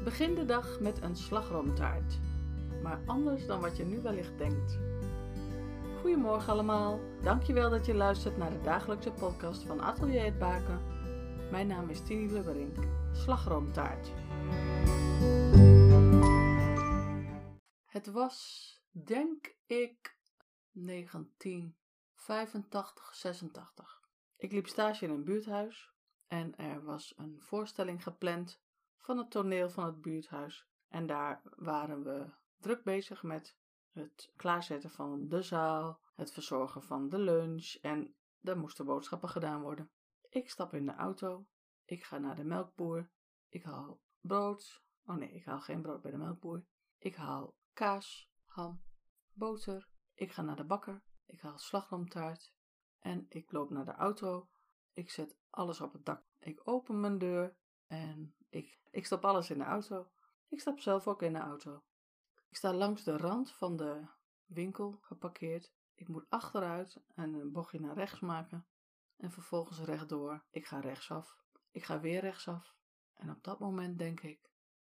Begin de dag met een slagroomtaart, maar anders dan wat je nu wellicht denkt. Goedemorgen allemaal, dankjewel dat je luistert naar de dagelijkse podcast van Atelier Het Baken. Mijn naam is Tini Lubberink, slagroomtaart. Het was, denk ik, 1985, 86. Ik liep stage in een buurthuis en er was een voorstelling gepland van het toneel van het buurthuis. En daar waren we druk bezig met het klaarzetten van de zaal, het verzorgen van de lunch en er moesten boodschappen gedaan worden. Ik stap in de auto, ik ga naar de melkboer, ik haal brood. Oh nee, ik haal geen brood bij de melkboer. Ik haal kaas, ham, boter. Ik ga naar de bakker, ik haal slagroomtaart en ik loop naar de auto. Ik zet alles op het dak. Ik open mijn deur en ik stop alles in de auto. Ik stap zelf ook in de auto. Ik sta langs de rand van de winkel geparkeerd. Ik moet achteruit en een bochtje naar rechts maken. En vervolgens rechtdoor. Ik ga rechtsaf. Ik ga weer rechtsaf. En op dat moment denk ik,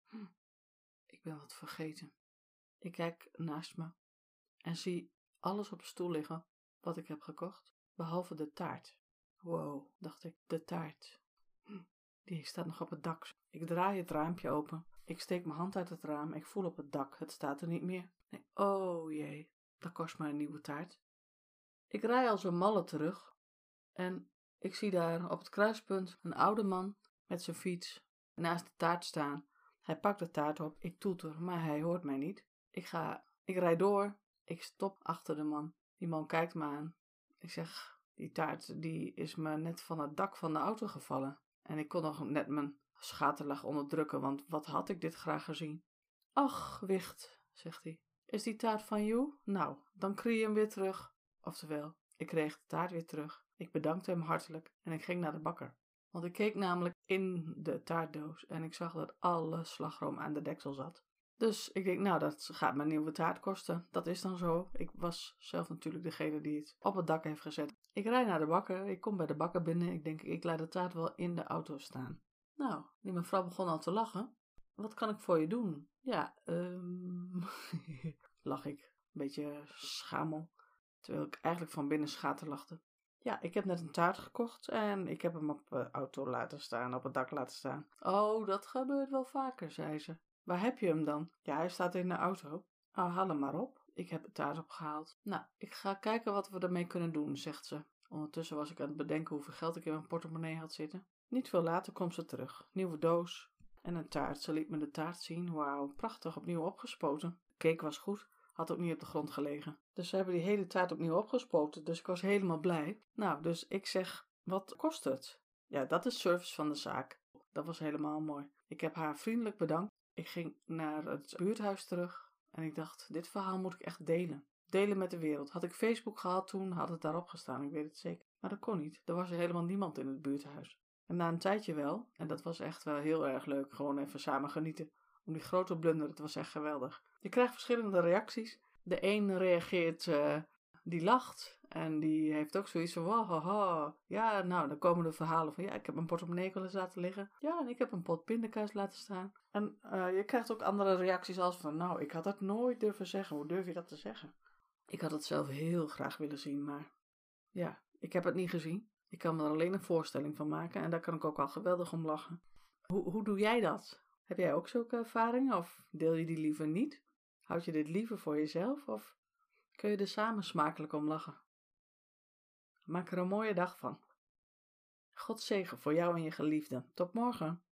ik ben wat vergeten. Ik kijk naast me en zie alles op de stoel liggen wat ik heb gekocht. Behalve de taart. Wow, dacht ik, de taart. Die staat nog op het dak. Ik draai het raampje open. Ik steek mijn hand uit het raam. Ik voel op het dak. Het staat er niet meer. Nee, oh jee, dat kost maar een nieuwe taart. Ik rij als een malle terug. En ik zie daar op het kruispunt een oude man met zijn fiets naast de taart staan. Hij pakt de taart op. Ik toeter, maar hij hoort mij niet. Ik rijd door. Ik stop achter de man. Die man kijkt me aan. Ik zeg, die taart die is me net van het dak van de auto gevallen. En ik kon nog net mijn schaterlach onderdrukken, want wat had ik dit graag gezien. Ach, wicht, zegt hij. Is die taart van jou? Nou, dan krie je hem weer terug. Oftewel, ik kreeg de taart weer terug. Ik bedankte hem hartelijk en ik ging naar de bakker. Want ik keek namelijk in de taartdoos en ik zag dat alle slagroom aan de deksel zat. Dus ik denk, nou, dat gaat mijn nieuwe taart kosten. Dat is dan zo. Ik was zelf natuurlijk degene die het op het dak heeft gezet. Ik rijd naar de bakker. Ik kom bij de bakker binnen. Ik denk, ik laat de taart wel in de auto staan. Nou, die mevrouw begon al te lachen. Wat kan ik voor je doen? Ja, lach ik. Een beetje schamel. Terwijl ik eigenlijk van binnen schaterlachte. Ja, ik heb net een taart gekocht en ik heb hem op de auto laten staan, op het dak laten staan. Oh, dat gebeurt wel vaker, zei ze. Waar heb je hem dan? Ja, hij staat in de auto. Oh, haal hem maar op. Ik heb de taart opgehaald. Nou, ik ga kijken wat we ermee kunnen doen, zegt ze. Ondertussen was ik aan het bedenken hoeveel geld ik in mijn portemonnee had zitten. Niet veel later komt ze terug. Nieuwe doos en een taart. Ze liet me de taart zien. Wauw, prachtig, opnieuw opgespoten. De cake was goed. Had ook niet op de grond gelegen. Dus ze hebben die hele taart opnieuw opgespoten. Dus ik was helemaal blij. Nou, dus ik zeg, wat kost het? Ja, dat is service van de zaak. Dat was helemaal mooi. Ik heb haar vriendelijk bedankt. Ik ging naar het buurthuis terug. En ik dacht, dit verhaal moet ik echt delen. Delen met de wereld. Had ik Facebook gehad toen, had het daarop gestaan. Ik weet het zeker. Maar dat kon niet. Er was er helemaal niemand in het buurthuis. En na een tijdje wel. En dat was echt wel heel erg leuk. Gewoon even samen genieten. Om die grote blunder, het was echt geweldig. Je krijgt verschillende reacties. De een reageert, die lacht. En die heeft ook zoiets van, wow, haha. Ja, nou, dan komen de verhalen van, ja, ik heb mijn portemonnee wel eens laten liggen. Ja, en ik heb een pot pindakaas laten staan. En je krijgt ook andere reacties als van, nou, ik had dat nooit durven zeggen. Hoe durf je dat te zeggen? Ik had het zelf heel graag willen zien, maar ja, ik heb het niet gezien. Ik kan me er alleen een voorstelling van maken en daar kan ik ook al geweldig om lachen. Hoe doe jij dat? Heb jij ook zulke ervaringen of deel je die liever niet? Houd je dit liever voor jezelf of kun je er samen smakelijk om lachen? Maak er een mooie dag van. God zegen voor jou en je geliefde. Tot morgen.